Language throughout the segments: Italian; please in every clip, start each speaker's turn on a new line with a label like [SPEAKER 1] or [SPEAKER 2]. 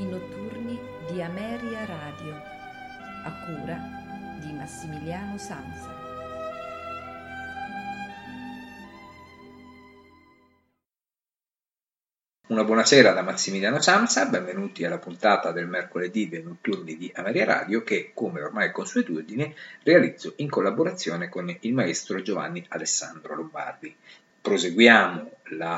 [SPEAKER 1] I notturni di Ameria Radio, a cura di Massimiliano Sanza.
[SPEAKER 2] Una buonasera da Massimiliano Sanza, benvenuti alla puntata del mercoledì dei notturni di Ameria Radio che, come ormai è consuetudine, realizzo in collaborazione con il maestro Giovanni Alessandro Lombardi. Proseguiamo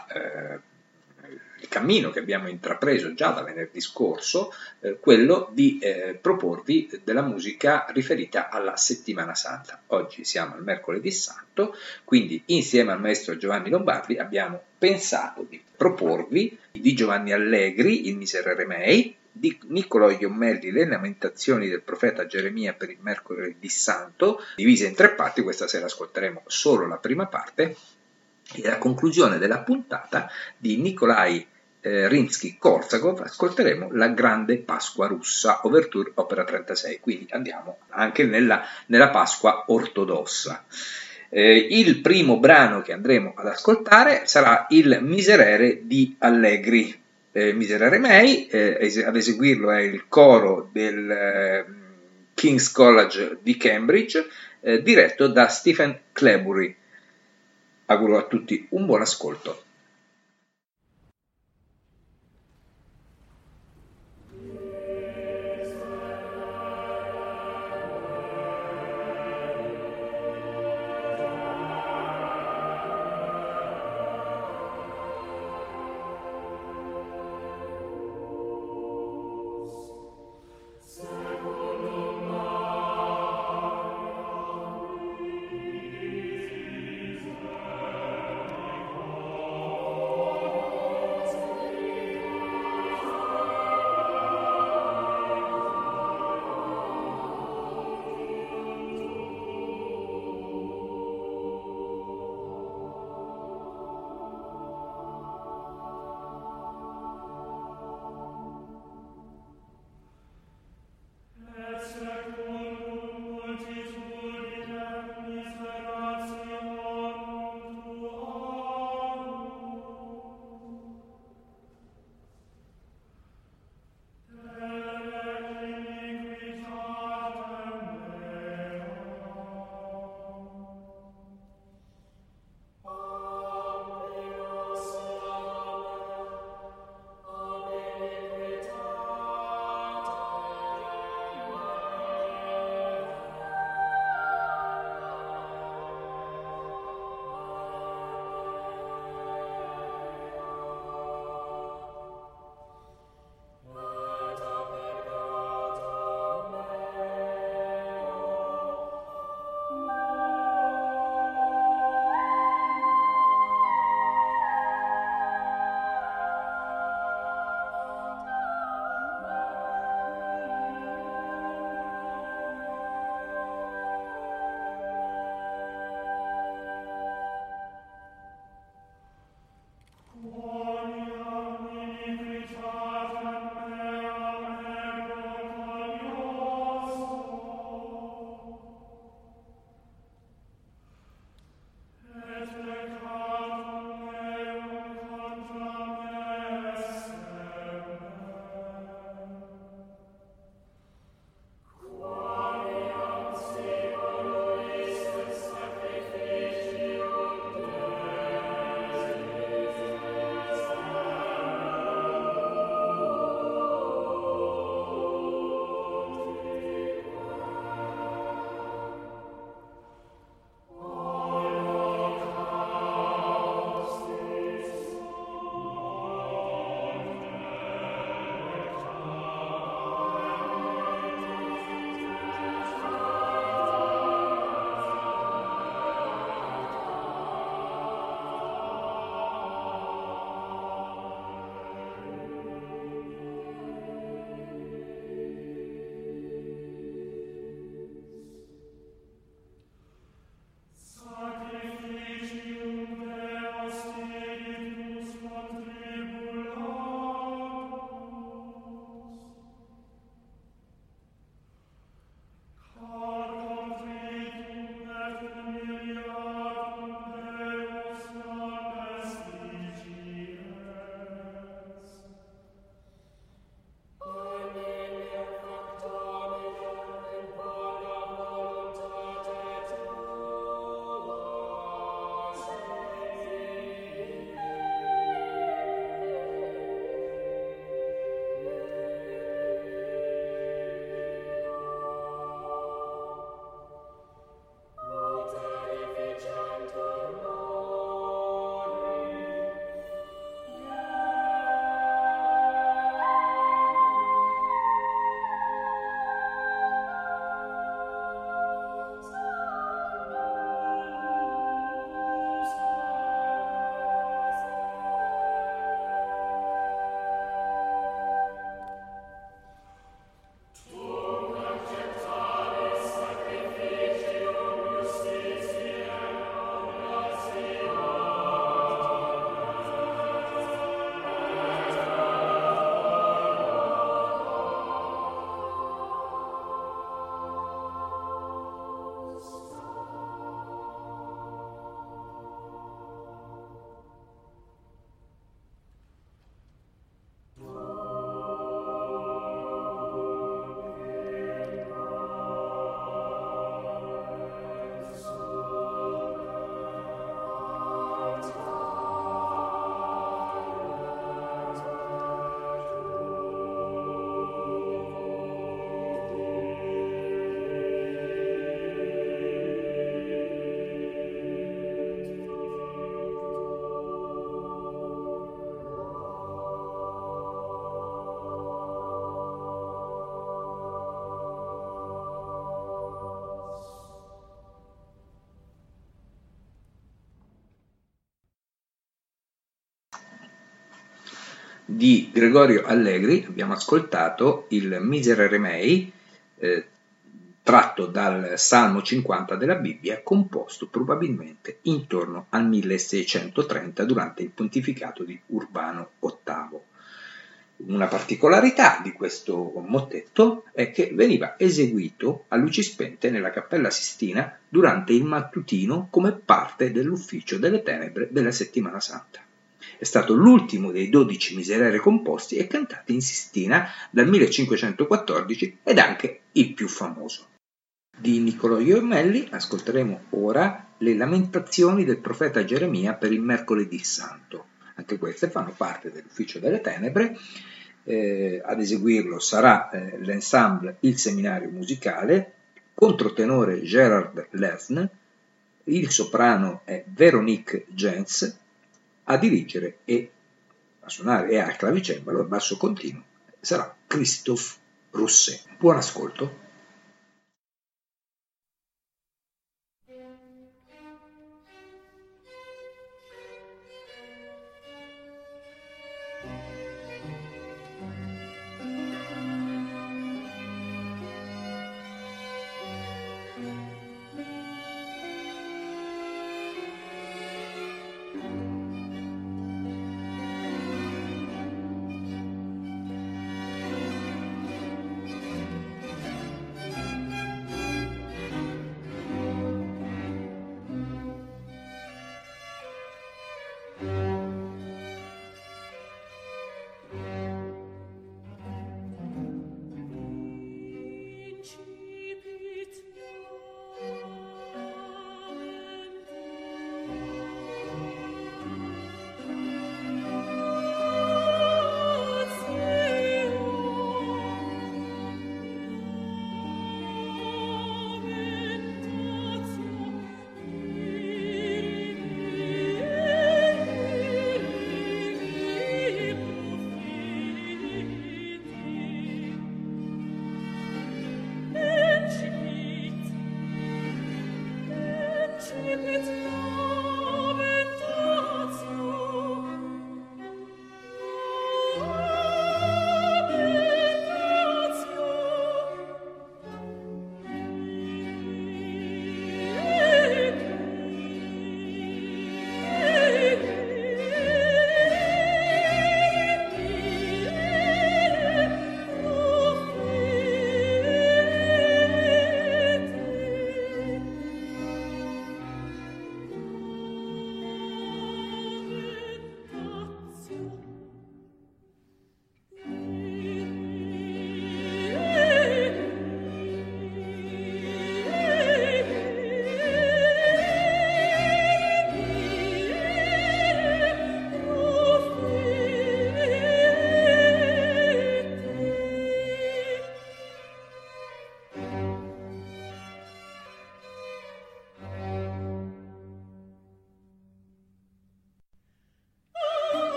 [SPEAKER 2] il cammino che abbiamo intrapreso già da venerdì scorso, quello di proporvi della musica riferita alla Settimana Santa. Oggi siamo al mercoledì santo, quindi insieme al maestro Giovanni Lombardi abbiamo pensato di proporvi di Giovanni Allegri, il Miserere Mei, di Niccolò Iommelli, le lamentazioni del profeta Geremia per il mercoledì santo, divise in 3 parti. Questa sera ascolteremo solo la prima parte, e la conclusione della puntata di Nikolai Rimsky-Korsakov ascolteremo la Grande Pasqua russa, Ouverture opera 36, quindi andiamo anche nella Pasqua ortodossa. Il primo brano che andremo ad ascoltare sarà il Miserere di Allegri, Miserere Mei, ad eseguirlo è il coro del King's College di Cambridge, diretto da Stephen Clebury. Auguro a tutti un buon ascolto. di Gregorio Allegri abbiamo ascoltato il Miserere Mei, tratto dal Salmo 50 della Bibbia, composto probabilmente intorno al 1630 durante il pontificato di Urbano VIII. Una particolarità di questo mottetto è che veniva eseguito a luci spente nella Cappella Sistina durante il mattutino come parte dell'ufficio delle tenebre della Settimana Santa. È stato l'ultimo dei 12 miserere composti e cantati in Sistina dal 1514 ed anche il più famoso. Di Niccolò Iormelli ascolteremo ora le lamentazioni del profeta Geremia per il mercoledì santo. Anche queste fanno parte dell'ufficio delle tenebre. Ad eseguirlo sarà l'ensemble Il Seminario Musicale, controtenore Gerard Lesne, il soprano è Veronique Jens, a dirigere e a suonare e al clavicembalo, al basso continuo, sarà Christophe Rousset. Buon ascolto.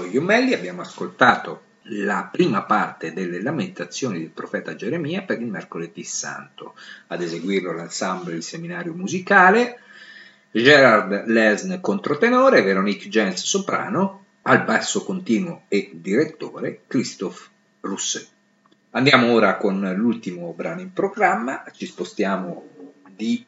[SPEAKER 2] Iommelli, abbiamo ascoltato la prima parte delle lamentazioni del profeta Geremia per il mercoledì santo. Ad eseguirlo l'ensemble Il Seminario Musicale, Gerard Lesne controtenore, Veronique Jens soprano, al basso continuo e direttore Christophe Rousset. Andiamo ora con l'ultimo brano in programma, ci spostiamo di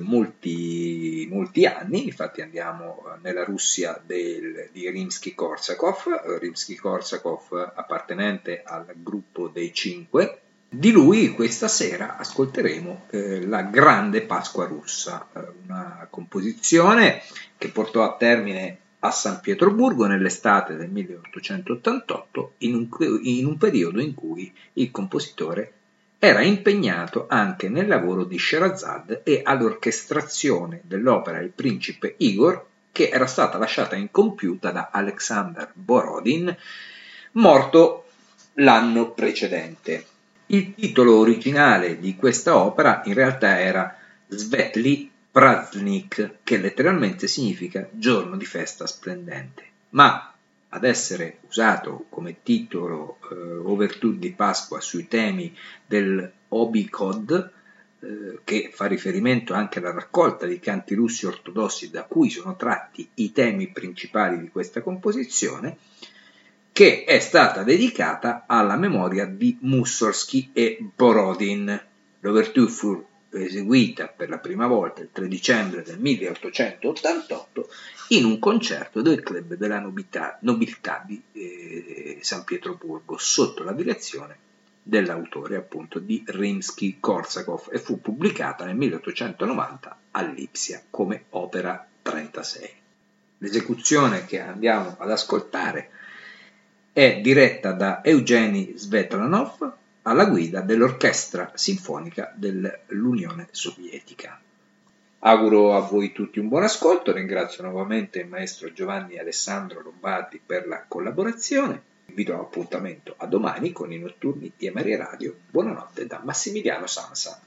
[SPEAKER 2] molti anni, infatti andiamo nella Russia di Rimsky-Korsakov, Rimsky-Korsakov appartenente al gruppo dei Cinque. Di lui questa sera ascolteremo la Grande Pasqua russa, una composizione che portò a termine a San Pietroburgo nell'estate del 1888, in un periodo in cui il compositore era impegnato anche nel lavoro di Sherazade e all'orchestrazione dell'opera Il Principe Igor, che era stata lasciata incompiuta da Alexander Borodin, morto l'anno precedente. Il titolo originale di questa opera in realtà era Svetli Prazdnik, che letteralmente significa giorno di festa splendente, ma ad essere usato come titolo Overture di Pasqua sui temi del Obikod, che fa riferimento anche alla raccolta di canti russi ortodossi da cui sono tratti i temi principali di questa composizione, che è stata dedicata alla memoria di Mussorgsky e Borodin. L'Ouverture fu eseguita per la prima volta il 3 dicembre del 1888 in un concerto del Club della Nobiltà di San Pietroburgo sotto la direzione dell'autore appunto di Rimsky-Korsakov e fu pubblicata nel 1890 a Lipsia come opera 36. L'esecuzione che andiamo ad ascoltare è diretta da Evgeny Svetlanov alla guida dell'Orchestra Sinfonica dell'Unione Sovietica. Auguro a voi tutti un buon ascolto, ringrazio nuovamente il maestro Giovanni Alessandro Lombardi per la collaborazione, vi do appuntamento a domani con i notturni di Amaria Radio. Buonanotte da Massimiliano Sansa.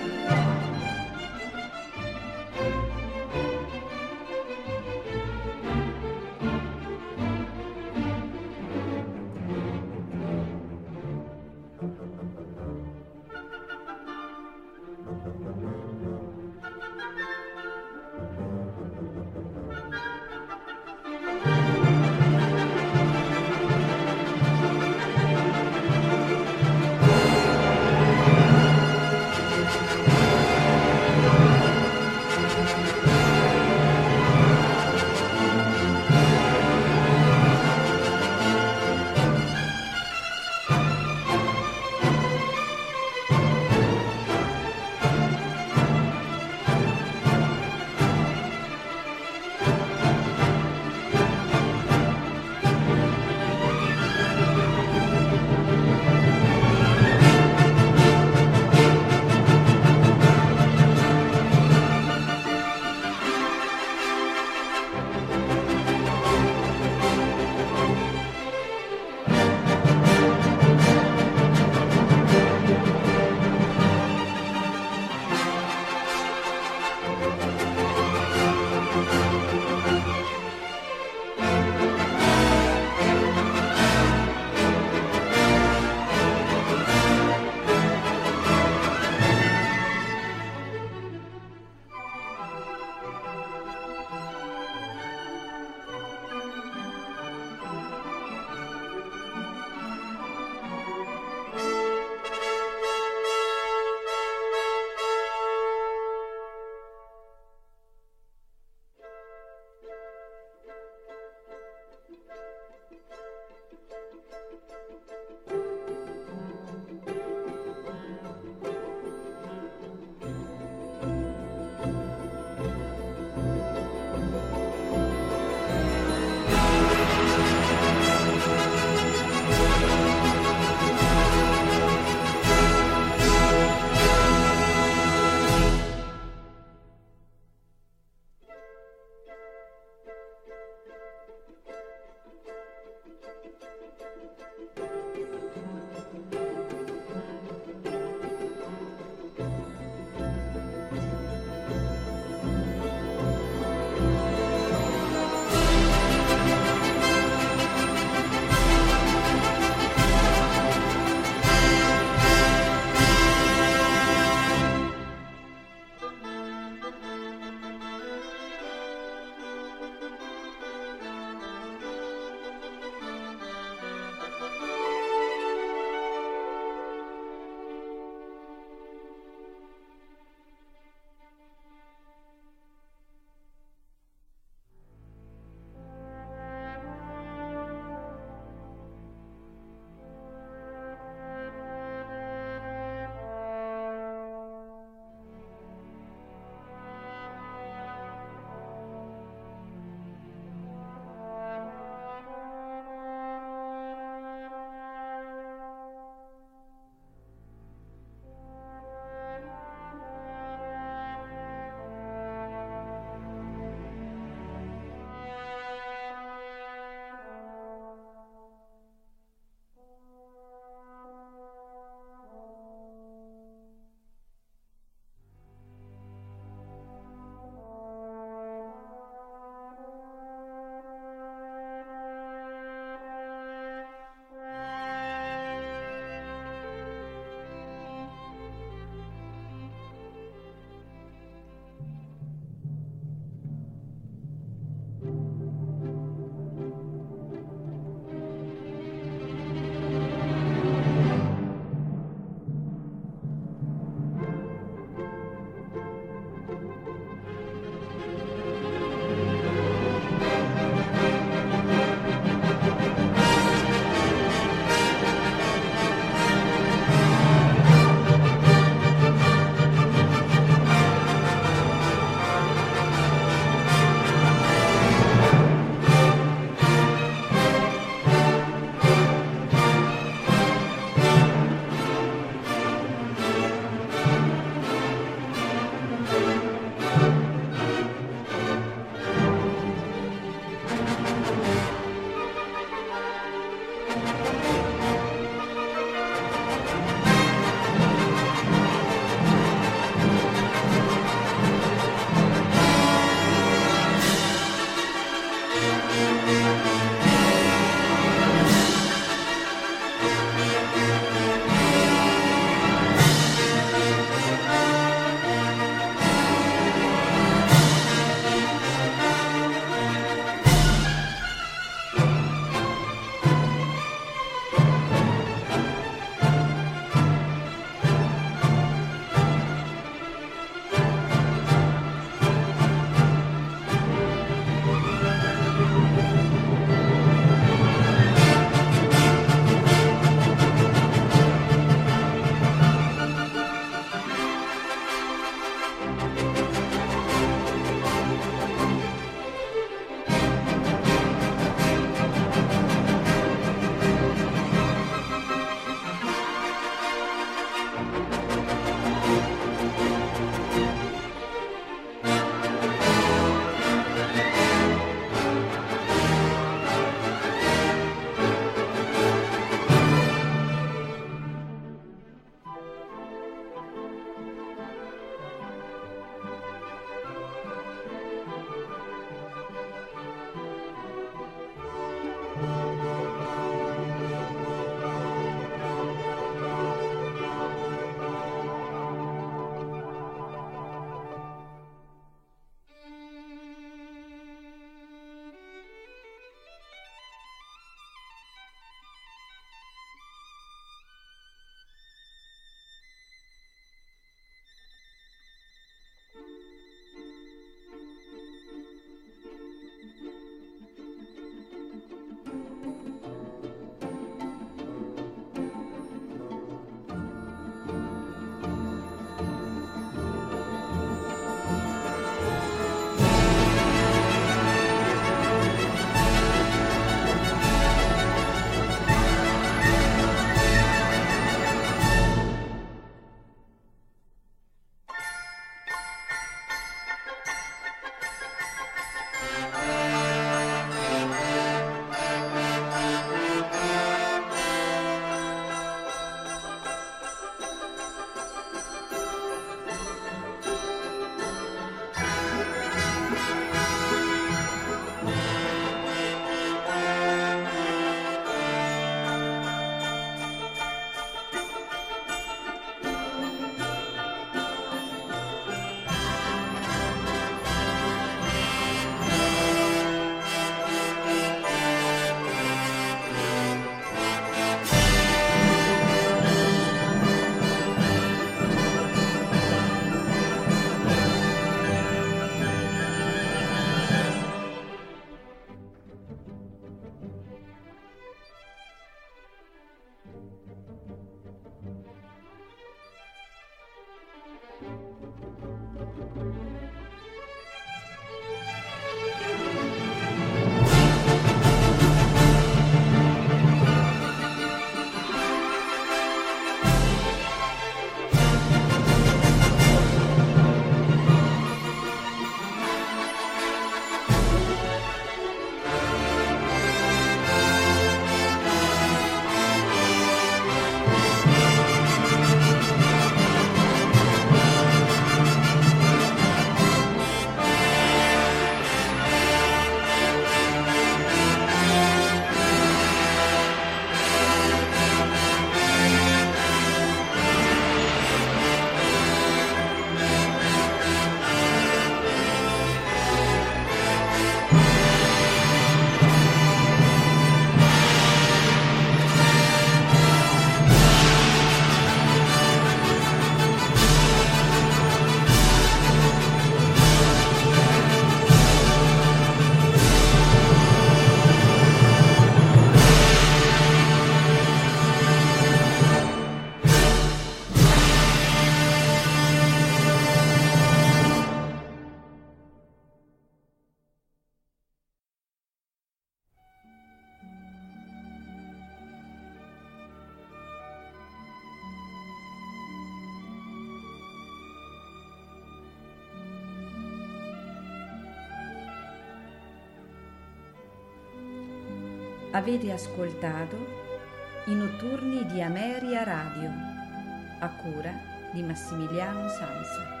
[SPEAKER 1] Avete ascoltato i notturni di Ameria Radio, a cura di Massimiliano Sanza.